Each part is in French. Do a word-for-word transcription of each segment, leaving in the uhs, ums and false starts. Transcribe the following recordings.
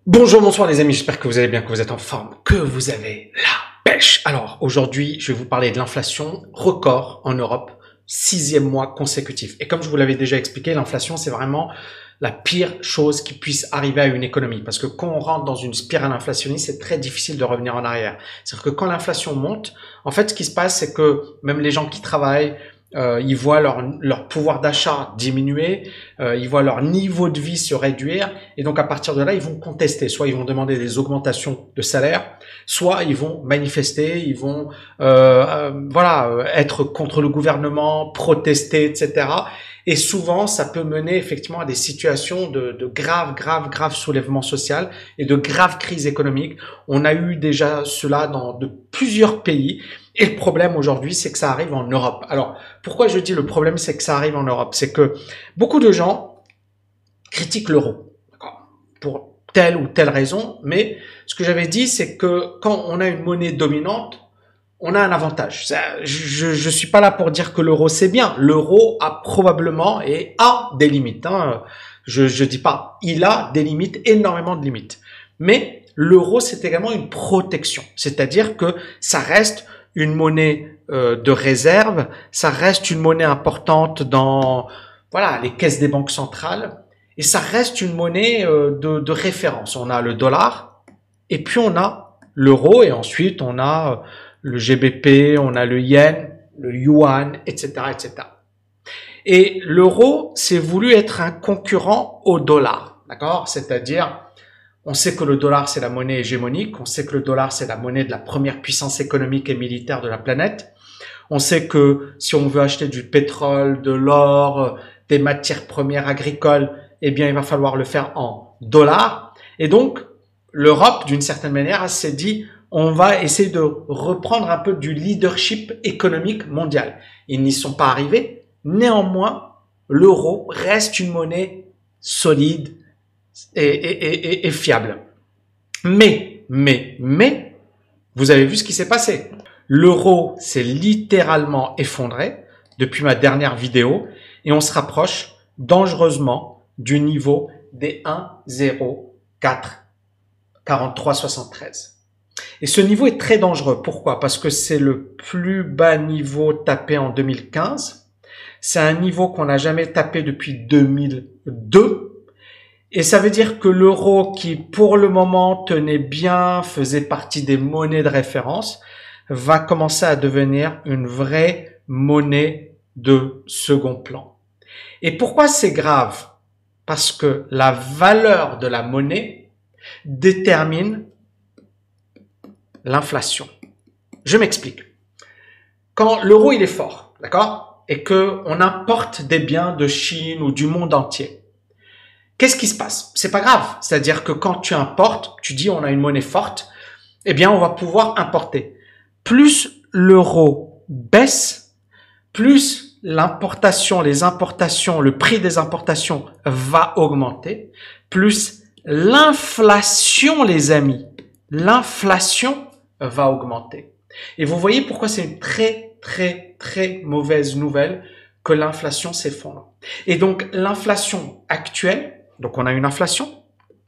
Bonjour, bonsoir les amis, j'espère que vous allez bien, que vous êtes en forme, que vous avez la pêche. Alors aujourd'hui, je vais vous parler de l'inflation record en Europe, sixième mois consécutif. Et comme je vous l'avais déjà expliqué, l'inflation c'est vraiment la pire chose qui puisse arriver à une économie. Parce que quand on rentre dans une spirale inflationniste, c'est très difficile de revenir en arrière. C'est-à-dire que quand l'inflation monte, en fait ce qui se passe c'est que même les gens qui travaillent, Euh, ils voient leur, leur pouvoir d'achat diminuer, euh, ils voient leur niveau de vie se réduire, et donc à partir de là, ils vont contester. Soit ils vont demander des augmentations de salaire, soit ils vont manifester, ils vont euh, euh, voilà être contre le gouvernement, protester, et cetera. Et souvent, ça peut mener effectivement à des situations de, de graves, graves, graves soulèvements sociaux et de graves crises économiques. On a eu déjà cela dans de plusieurs pays. Et le problème aujourd'hui, c'est que ça arrive en Europe. Alors, pourquoi je dis le problème, c'est que ça arrive en Europe? C'est que beaucoup de gens critiquent l'euro, pour telle ou telle raison. Mais ce que j'avais dit, c'est que quand on a une monnaie dominante, on a un avantage. Ça, je je suis pas là pour dire que l'euro c'est bien. L'euro a probablement et a des limites. Hein. Je je dis pas, il a des limites, énormément de limites. Mais l'euro c'est également une protection, c'est-à-dire que ça reste une monnaie euh, de réserve, ça reste une monnaie importante dans voilà les caisses des banques centrales et ça reste une monnaie euh, de, de référence. On a le dollar et puis on a l'euro et ensuite on a le G B P, on a le yen, le yuan, et cetera, et cetera. Et l'euro, c'est voulu être un concurrent au dollar, d'accord? C'est-à-dire, on sait que le dollar, c'est la monnaie hégémonique, on sait que le dollar, c'est la monnaie de la première puissance économique et militaire de la planète. On sait que si on veut acheter du pétrole, de l'or, des matières premières agricoles, eh bien, il va falloir le faire en dollars. Et donc, l'Europe, d'une certaine manière, s'est dit, on va essayer de reprendre un peu du leadership économique mondial. Ils n'y sont pas arrivés. Néanmoins, l'euro reste une monnaie solide et, et, et, et fiable. Mais, mais, mais, vous avez vu ce qui s'est passé. L'euro s'est littéralement effondré depuis ma dernière vidéo et on se rapproche dangereusement du niveau des un virgule zéro quatre quarante-trois soixante-treize. Et ce niveau est très dangereux. Pourquoi? Parce que c'est le plus bas niveau tapé en deux mille quinze. C'est un niveau qu'on n'a jamais tapé depuis deux mille deux. Et ça veut dire que l'euro, qui pour le moment tenait bien, faisait partie des monnaies de référence, va commencer à devenir une vraie monnaie de second plan. Et pourquoi c'est grave? Parce que la valeur de la monnaie détermine l'inflation. Je m'explique. Quand l'euro il est fort, d'accord, et que on importe des biens de Chine ou du monde entier, qu'est-ce qui se passe? C'est pas grave. C'est-à-dire que quand tu importes, tu dis on a une monnaie forte, eh bien on va pouvoir importer. Plus l'euro baisse, plus l'importation, les importations, le prix des importations va augmenter, plus l'inflation, les amis, l'inflation va augmenter. Et vous voyez pourquoi c'est une très, très, très mauvaise nouvelle que l'inflation s'effondre. Et donc, l'inflation actuelle, donc on a une inflation,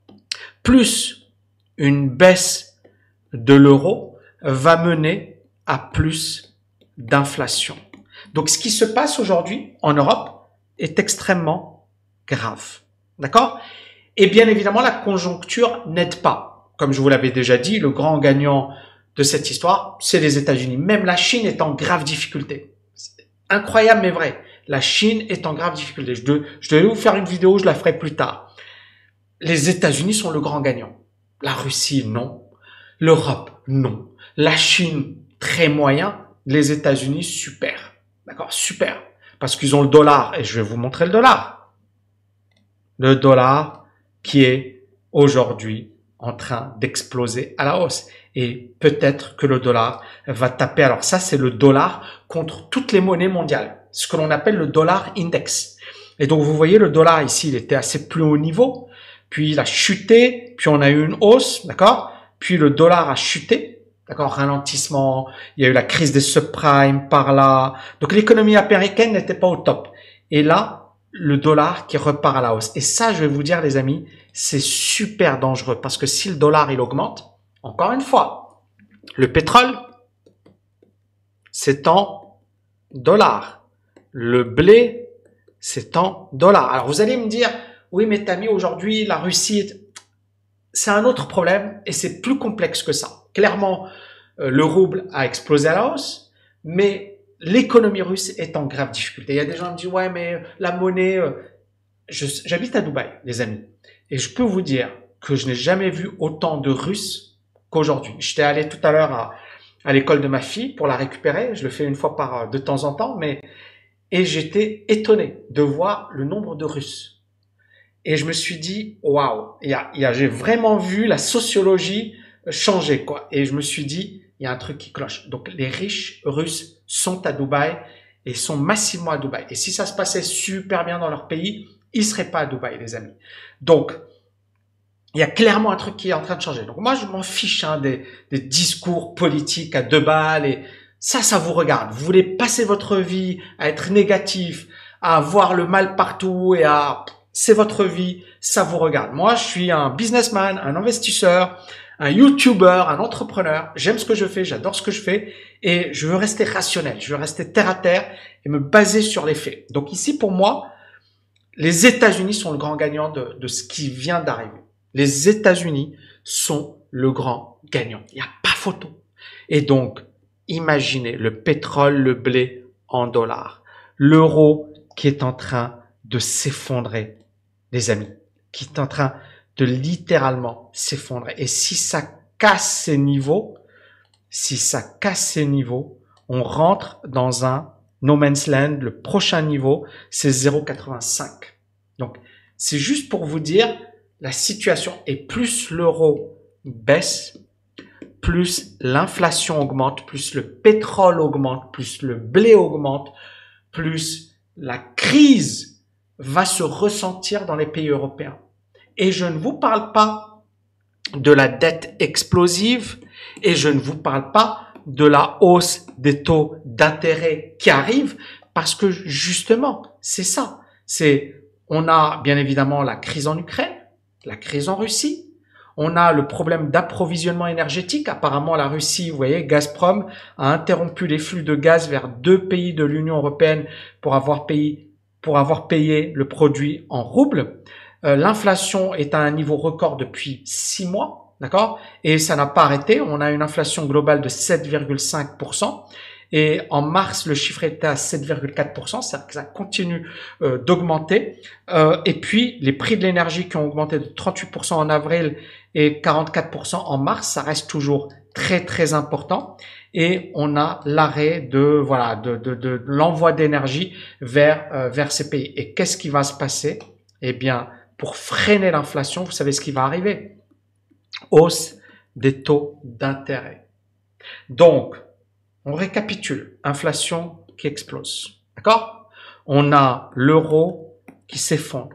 plus une baisse de l'euro, va mener à plus d'inflation. Donc, ce qui se passe aujourd'hui en Europe est extrêmement grave. D'accord? Et bien évidemment, la conjoncture n'aide pas. Comme je vous l'avais déjà dit, le grand gagnant de cette histoire, c'est les États-Unis. Même la Chine est en grave difficulté. C'est incroyable mais vrai. La Chine est en grave difficulté. Je devais, je devais vous faire une vidéo, je la ferai plus tard. Les États-Unis sont le grand gagnant. La Russie, non. L'Europe, non. La Chine, très moyen. Les États-Unis, super. D'accord, super. Parce qu'ils ont le dollar. Et je vais vous montrer le dollar. Le dollar qui est aujourd'hui en train d'exploser à la hausse. Et peut-être que le dollar va taper. Alors ça, c'est le dollar contre toutes les monnaies mondiales. Ce que l'on appelle le dollar index. Et donc, vous voyez, le dollar ici, il était assez plus haut niveau. Puis, il a chuté. Puis, on a eu une hausse. D'accord? Puis, le dollar a chuté. D'accord? Ralentissement. Il y a eu la crise des subprimes par là. Donc, l'économie américaine n'était pas au top. Et là, le dollar qui repart à la hausse. Et ça, je vais vous dire, les amis, c'est super dangereux parce que si le dollar, il augmente, encore une fois, le pétrole, c'est en dollars. Le blé, c'est en dollars. Alors, vous allez me dire, oui, mais Tammy, aujourd'hui, la Russie, est... c'est un autre problème et c'est plus complexe que ça. Clairement, euh, le rouble a explosé à la hausse, mais l'économie russe est en grave difficulté. Il y a des gens qui me disent, ouais, mais la monnaie, euh, je, j'habite à Dubaï, les amis. Et je peux vous dire que je n'ai jamais vu autant de Russes qu'aujourd'hui. J'étais allé tout à l'heure à, à l'école de ma fille pour la récupérer. Je le fais une fois par de temps en temps, mais et j'étais étonné de voir le nombre de Russes. Et je me suis dit, waouh, il y a, il y a, j'ai vraiment vu la sociologie changer, quoi. Et je me suis dit, il y a un truc qui cloche. Donc, les riches Russes sont à Dubaï et sont massivement à Dubaï. Et si ça se passait super bien dans leur pays, ils seraient pas à Dubaï, les amis. Donc, il y a clairement un truc qui est en train de changer. Donc, moi, je m'en fiche hein, des, des discours politiques à deux balles et ça, ça vous regarde. Vous voulez passer votre vie à être négatif, à voir le mal partout et à... C'est votre vie, ça vous regarde. Moi, je suis un businessman, un investisseur, un YouTuber, un entrepreneur. J'aime ce que je fais, j'adore ce que je fais et je veux rester rationnel. Je veux rester terre à terre et me baser sur les faits. Donc ici, pour moi, les États-Unis sont le grand gagnant de, de ce qui vient d'arriver. Les États-Unis sont le grand gagnant. Il n'y a pas photo. Et donc, imaginez le pétrole, le blé en dollars, l'euro qui est en train de s'effondrer, les amis, qui est en train de littéralement s'effondrer. Et si ça casse ces niveaux, si ça casse ces niveaux, on rentre dans un no man's land. Le prochain niveau, c'est zéro virgule quatre-vingt-cinq. Donc, c'est juste pour vous dire la situation. Et plus l'euro baisse, plus l'inflation augmente, plus le pétrole augmente, plus le blé augmente, plus la crise va se ressentir dans les pays européens. Et je ne vous parle pas de la dette explosive et je ne vous parle pas de la hausse des taux d'intérêt qui arrive parce que justement, c'est ça. C'est, on a bien évidemment la crise en Ukraine, la crise en Russie. On a le problème d'approvisionnement énergétique. Apparemment, la Russie, vous voyez, Gazprom a interrompu les flux de gaz vers deux pays de l'Union européenne pour avoir payé, pour avoir payé le produit en roubles. Euh, l'inflation est à un niveau record depuis six mois, d'accord? Et ça n'a pas arrêté. On a une inflation globale de sept virgule cinq pour cent. Et en mars, le chiffre était à sept virgule quatre pour cent, c'est-à-dire que ça continue euh, d'augmenter. Euh, et puis, les prix de l'énergie qui ont augmenté de trente-huit pour cent en avril et quarante-quatre pour cent en mars, ça reste toujours très, très important. Et on a l'arrêt de voilà de, de, de, de l'envoi d'énergie vers, euh, vers ces pays. Et qu'est-ce qui va se passer? Eh bien, pour freiner l'inflation, vous savez ce qui va arriver? Hausse des taux d'intérêt. Donc, on récapitule. Inflation qui explose. D'accord? On a l'euro qui s'effondre.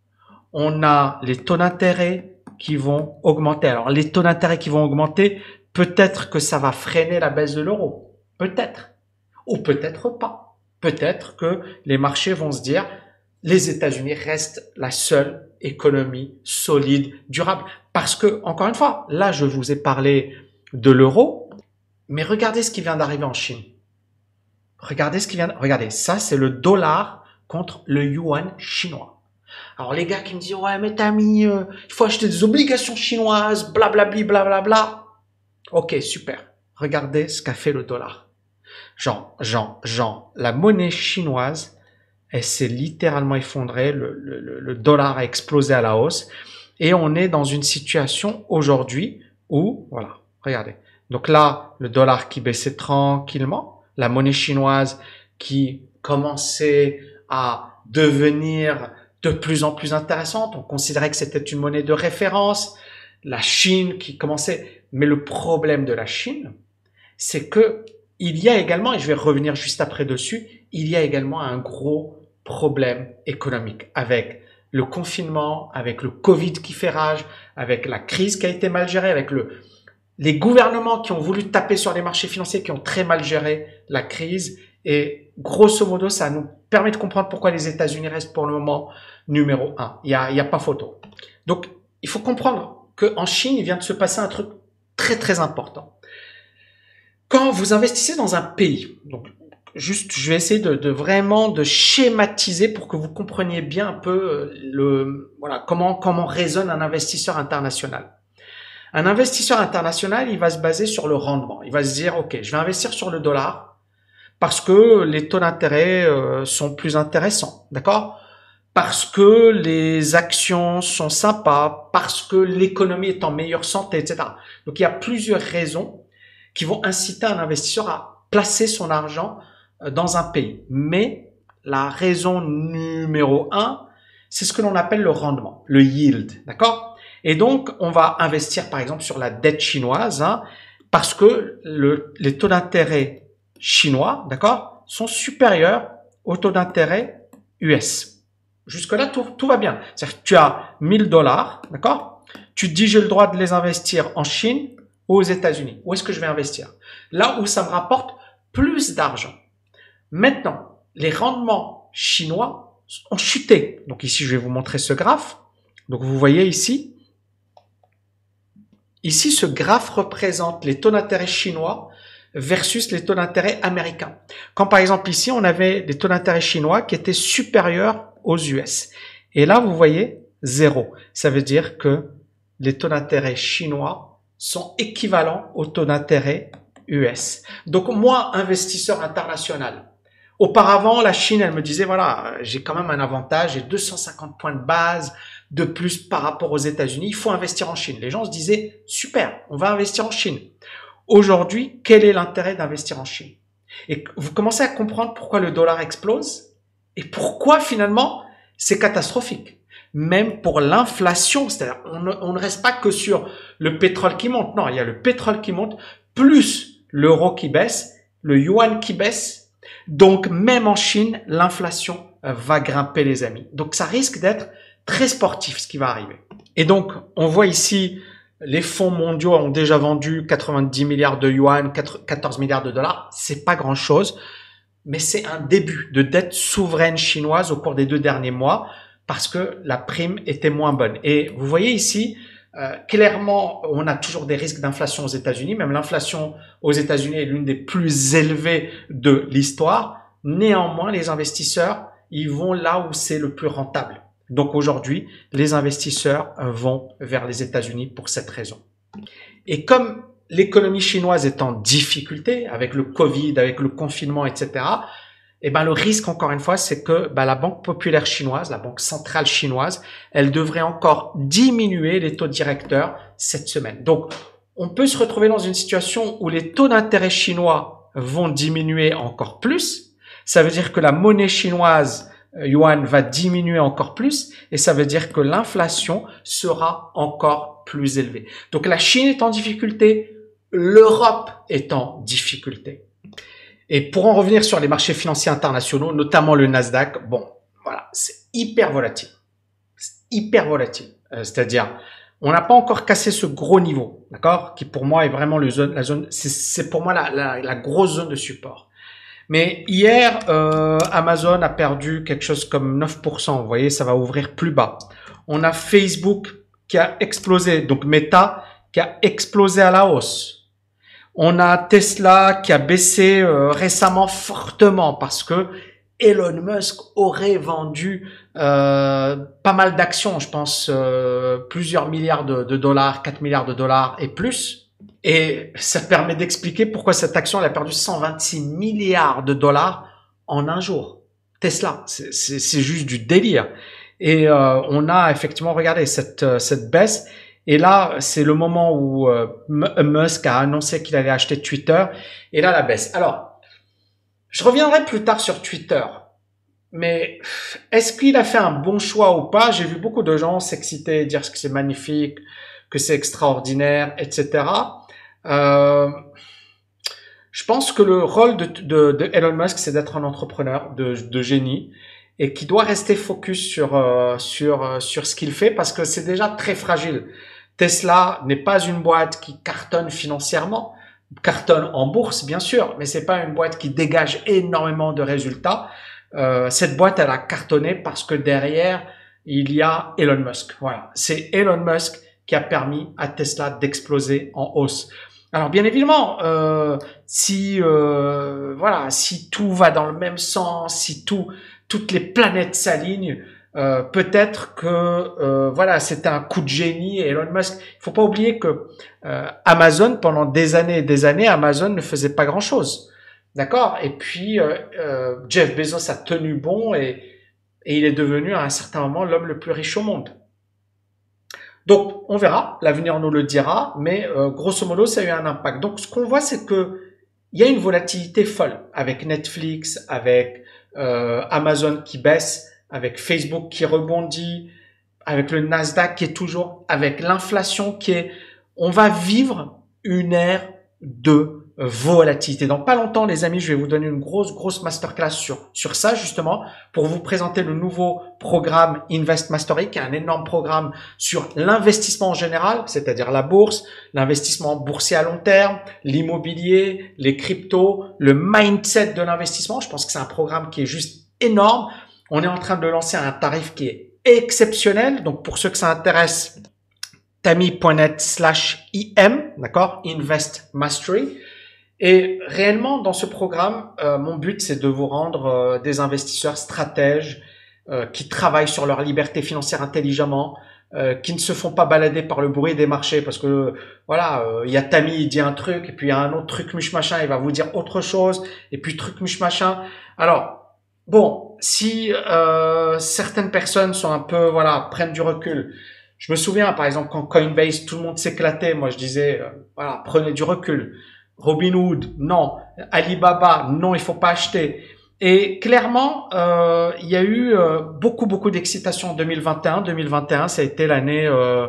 On a les taux d'intérêt qui vont augmenter. Alors, les taux d'intérêt qui vont augmenter, peut-être que ça va freiner la baisse de l'euro. Peut-être. Ou peut-être pas. Peut-être que les marchés vont se dire, les États-Unis restent la seule économie solide, durable. Parce que, encore une fois, là, je vous ai parlé de l'euro, mais regardez ce qui vient d'arriver en Chine. Regardez ce qui vient de... Regardez, ça, c'est le dollar contre le yuan chinois. Alors, les gars qui me disent, ouais, mais t'as mis, euh, il faut acheter des obligations chinoises, blablabli, blablabla. Ok, super. Regardez ce qu'a fait le dollar. Jean, Jean, Jean, la monnaie chinoise, elle s'est littéralement effondrée. Le, le, le dollar a explosé à la hausse. Et on est dans une situation aujourd'hui où, voilà, regardez. Donc là, le dollar qui baissait tranquillement, la monnaie chinoise qui commençait à devenir de plus en plus intéressante. On considérait que c'était une monnaie de référence. La Chine qui commençait. Mais le problème de la Chine, c'est que il y a également, et je vais revenir juste après dessus, il y a également un gros problème économique avec le confinement, avec le Covid qui fait rage, avec la crise qui a été mal gérée, avec le les gouvernements qui ont voulu taper sur les marchés financiers, qui ont très mal géré la crise. Et grosso modo, ça nous permet de comprendre pourquoi les États-Unis restent pour le moment numéro un. Il y a, il y a pas photo. Donc, il faut comprendre qu'en Chine, il vient de se passer un truc très très important. Quand vous investissez dans un pays, donc juste, je vais essayer de, de vraiment de schématiser pour que vous compreniez bien un peu le voilà comment comment résonne un investisseur international. Un investisseur international, il va se baser sur le rendement. Il va se dire, ok, je vais investir sur le dollar parce que les taux d'intérêt euh, sont plus intéressants, d'accord? Parce que les actions sont sympas, parce que l'économie est en meilleure santé, et cetera. Donc il y a plusieurs raisons qui vont inciter un investisseur à placer son argent dans un pays. Mais la raison numéro un, c'est ce que l'on appelle le rendement, le yield, d'accord? Et donc, on va investir par exemple sur la dette chinoise, hein, parce que le, les taux d'intérêt chinois, d'accord, sont supérieurs aux taux d'intérêt U S. Jusque-là, tout, tout va bien. C'est-à-dire que tu as mille dollars, d'accord? Tu te dis, j'ai le droit de les investir en Chine ou aux États-Unis. Où est-ce que je vais investir? Là où ça me rapporte plus d'argent. Maintenant, les rendements chinois ont chuté. Donc ici, je vais vous montrer ce graphe. Donc vous voyez ici, ici, ce graphe représente les taux d'intérêt chinois versus les taux d'intérêt américains. Quand par exemple ici, on avait des taux d'intérêt chinois qui étaient supérieurs aux U S. Et là, vous voyez, zéro. Ça veut dire que les taux d'intérêt chinois sont équivalents aux taux d'intérêt U S. Donc moi, investisseur international, auparavant, la Chine, elle me disait, voilà, j'ai quand même un avantage, j'ai deux cent cinquante points de base de plus par rapport aux États-Unis, il faut investir en Chine. Les gens se disaient, super, on va investir en Chine. Aujourd'hui, quel est l'intérêt d'investir en Chine? Et vous commencez à comprendre pourquoi le dollar explose et pourquoi finalement c'est catastrophique. Même pour l'inflation, c'est-à-dire on ne, on ne reste pas que sur le pétrole qui monte. Non, il y a le pétrole qui monte, plus l'euro qui baisse, le yuan qui baisse. Donc même en Chine, l'inflation va grimper, les amis. Donc ça risque d'être très sportif ce qui va arriver. Et donc on voit ici, les fonds mondiaux ont déjà vendu quatre-vingt-dix milliards de yuan, quatorze milliards de dollars. C'est pas grand chose, mais c'est un début de dette souveraine chinoise au cours des deux derniers mois parce que la prime était moins bonne. Et vous voyez ici, euh, clairement, on a toujours des risques d'inflation aux États-Unis. Même l'inflation aux États-Unis est l'une des plus élevées de l'histoire. Néanmoins, les investisseurs, ils vont là où c'est le plus rentable. Donc aujourd'hui, les investisseurs vont vers les États-Unis pour cette raison. Et comme l'économie chinoise est en difficulté avec le Covid, avec le confinement, et cetera, eh ben le risque, encore une fois, c'est que ben, la Banque populaire chinoise, la Banque centrale chinoise, elle devrait encore diminuer les taux directeurs cette semaine. Donc, on peut se retrouver dans une situation où les taux d'intérêt chinois vont diminuer encore plus. Ça veut dire que la monnaie chinoise yuan va diminuer encore plus et ça veut dire que l'inflation sera encore plus élevée. Donc la Chine est en difficulté, l'Europe est en difficulté. Et pour en revenir sur les marchés financiers internationaux, notamment le Nasdaq, bon, voilà, c'est hyper volatile. C'est hyper volatile. Euh, C'est-à-dire, on n'a pas encore cassé ce gros niveau, d'accord, qui pour moi est vraiment le zone, la zone, c'est pour moi la, la, la grosse zone de support. Mais hier, euh, Amazon a perdu quelque chose comme neuf pour cent. Vous voyez, ça va ouvrir plus bas. On a Facebook qui a explosé, donc Meta qui a explosé à la hausse. On a Tesla qui a baissé euh, récemment fortement parce que Elon Musk aurait vendu euh, pas mal d'actions, je pense euh, plusieurs milliards de, de dollars, quatre milliards de dollars et plus. Et ça permet d'expliquer pourquoi cette action elle a perdu cent vingt-six milliards de dollars en un jour. Tesla, c'est juste du délire. Et euh, on a effectivement regardé cette, cette baisse. Et là, c'est le moment où euh, Musk a annoncé qu'il allait acheter Twitter. Et là, la baisse. Alors, je reviendrai plus tard sur Twitter. Mais est-ce qu'il a fait un bon choix ou pas? J'ai vu beaucoup de gens s'exciter, dire que c'est magnifique, que c'est extraordinaire, et cetera. Euh, je pense que le rôle de, de, de Elon Musk, c'est d'être un entrepreneur de, de génie et qui doit rester focus sur euh, sur euh, sur ce qu'il fait parce que c'est déjà très fragile. Tesla n'est pas une boîte qui cartonne financièrement. cartonne en bourse, bien sûr, mais c'est pas une boîte qui dégage énormément de résultats. Euh, cette boîte, elle a cartonné parce que derrière, il y a Elon Musk. Voilà, c'est Elon Musk qui a permis à Tesla d'exploser en hausse. Alors bien évidemment, euh, si euh, voilà, si tout va dans le même sens, si tout, toutes les planètes s'alignent, euh, peut-être que euh, voilà, c'était un coup de génie. Elon Musk. Il faut pas oublier que euh, Amazon, pendant des années et des années, Amazon ne faisait pas grand-chose, d'accord. Et puis euh, euh, Jeff Bezos a tenu bon et, et il est devenu à un certain moment l'homme le plus riche au monde. Donc, on verra, l'avenir nous le dira, mais euh, grosso modo, ça a eu un impact. Donc, ce qu'on voit, c'est que il y a une volatilité folle avec Netflix, avec euh, Amazon qui baisse, avec Facebook qui rebondit, avec le Nasdaq qui est toujours, avec l'inflation qui est... On va vivre une ère de volatilité. Dans pas longtemps, les amis, je vais vous donner une grosse, grosse masterclass sur, sur ça, justement, pour vous présenter le nouveau programme Invest Mastery, qui est un énorme programme sur l'investissement en général, c'est-à-dire la bourse, l'investissement boursier à long terme, l'immobilier, les cryptos, le mindset de l'investissement. Je pense que c'est un programme qui est juste énorme. On est en train de lancer un tarif qui est exceptionnel. Donc, pour ceux que ça intéresse, tami.net slash im, d'accord? Invest Mastery. Et réellement, dans ce programme, euh, mon but, c'est de vous rendre euh, des investisseurs stratèges euh, qui travaillent sur leur liberté financière intelligemment, euh, qui ne se font pas balader par le bruit des marchés, parce que voilà, euh, il y a Tami, il dit un truc, et puis il y a un autre truc muche machin, il va vous dire autre chose, et puis truc muche machin. Alors, bon, si euh, certaines personnes sont un peu, voilà, prennent du recul. Je me souviens, par exemple, quand Coinbase, tout le monde s'éclatait, moi je disais, euh, voilà, prenez du recul. Robinhood, non. Alibaba, non, il faut pas acheter. Et clairement, euh, il y a eu euh, beaucoup, beaucoup d'excitation en deux mille vingt et un. deux mille vingt et un, ça a été l'année... Euh,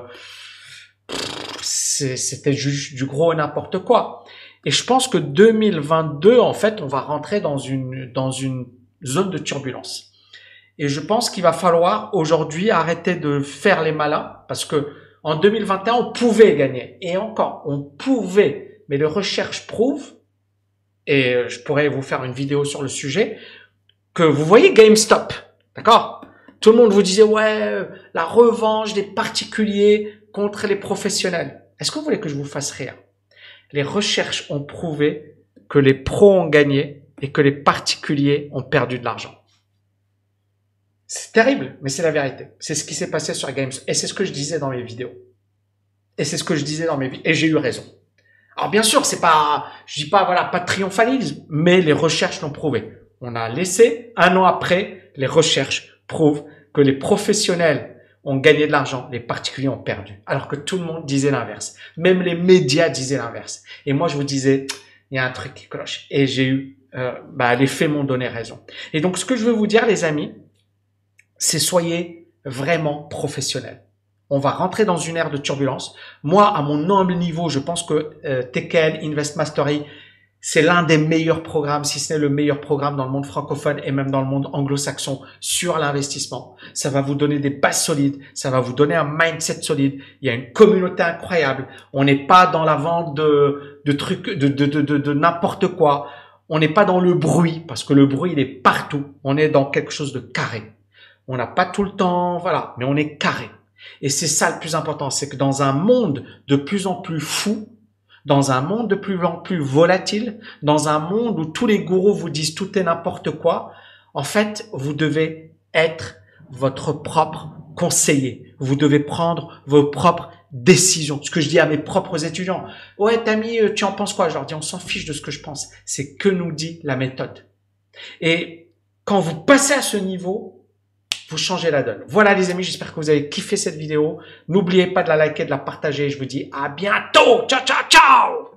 c'était juste du gros n'importe quoi. Et je pense que deux mille vingt-deux, en fait, on va rentrer dans une, dans une zone de turbulence. Et je pense qu'il va falloir aujourd'hui arrêter de faire les malins, parce que en deux mille vingt et un, on pouvait gagner. Et encore, on pouvait... Mais les recherches prouvent, et je pourrais vous faire une vidéo sur le sujet, que vous voyez GameStop, d'accord? Tout le monde vous disait, ouais, la revanche des particuliers contre les professionnels. Est-ce que vous voulez que je vous fasse rire? Les recherches ont prouvé que les pros ont gagné et que les particuliers ont perdu de l'argent. C'est terrible, mais c'est la vérité. C'est ce qui s'est passé sur GameStop. Et c'est ce que je disais dans mes vidéos. Et c'est ce que je disais dans mes vidéos. Et j'ai eu raison. Alors bien sûr, c'est pas, je dis pas, voilà, pas de triomphalisme, mais les recherches l'ont prouvé. On a laissé, un an après, les recherches prouvent que les professionnels ont gagné de l'argent, les particuliers ont perdu. Alors que tout le monde disait l'inverse. Même les médias disaient l'inverse. Et moi, je vous disais, il y a un truc qui cloche. Et j'ai eu, euh, bah, les faits m'ont donné raison. Et donc, ce que je veux vous dire, les amis, c'est soyez vraiment professionnels. On va rentrer dans une ère de turbulence. Moi, à mon humble niveau, je pense que euh, T K L Invest Mastery, c'est l'un des meilleurs programmes, si ce n'est le meilleur programme dans le monde francophone et même dans le monde anglo-saxon sur l'investissement. Ça va vous donner des bases solides, ça va vous donner un mindset solide. Il y a une communauté incroyable. On n'est pas dans la vente de, de trucs, de, de, de, de, de n'importe quoi. On n'est pas dans le bruit, parce que le bruit, il est partout. On est dans quelque chose de carré. On n'a pas tout le temps, voilà, mais on est carré. Et c'est ça le plus important, c'est que dans un monde de plus en plus fou, dans un monde de plus en plus volatile, dans un monde où tous les gourous vous disent tout et n'importe quoi, en fait, vous devez être votre propre conseiller. Vous devez prendre vos propres décisions. Ce que je dis à mes propres étudiants. Ouais, Tami, tu en penses quoi? Je leur dis, on s'en fiche de ce que je pense. C'est que nous dit la méthode. Et quand vous passez à ce niveau, vous changez la donne. Voilà les amis, j'espère que vous avez kiffé cette vidéo. N'oubliez pas de la liker, de la partager. Je vous dis à bientôt. Ciao, ciao, ciao!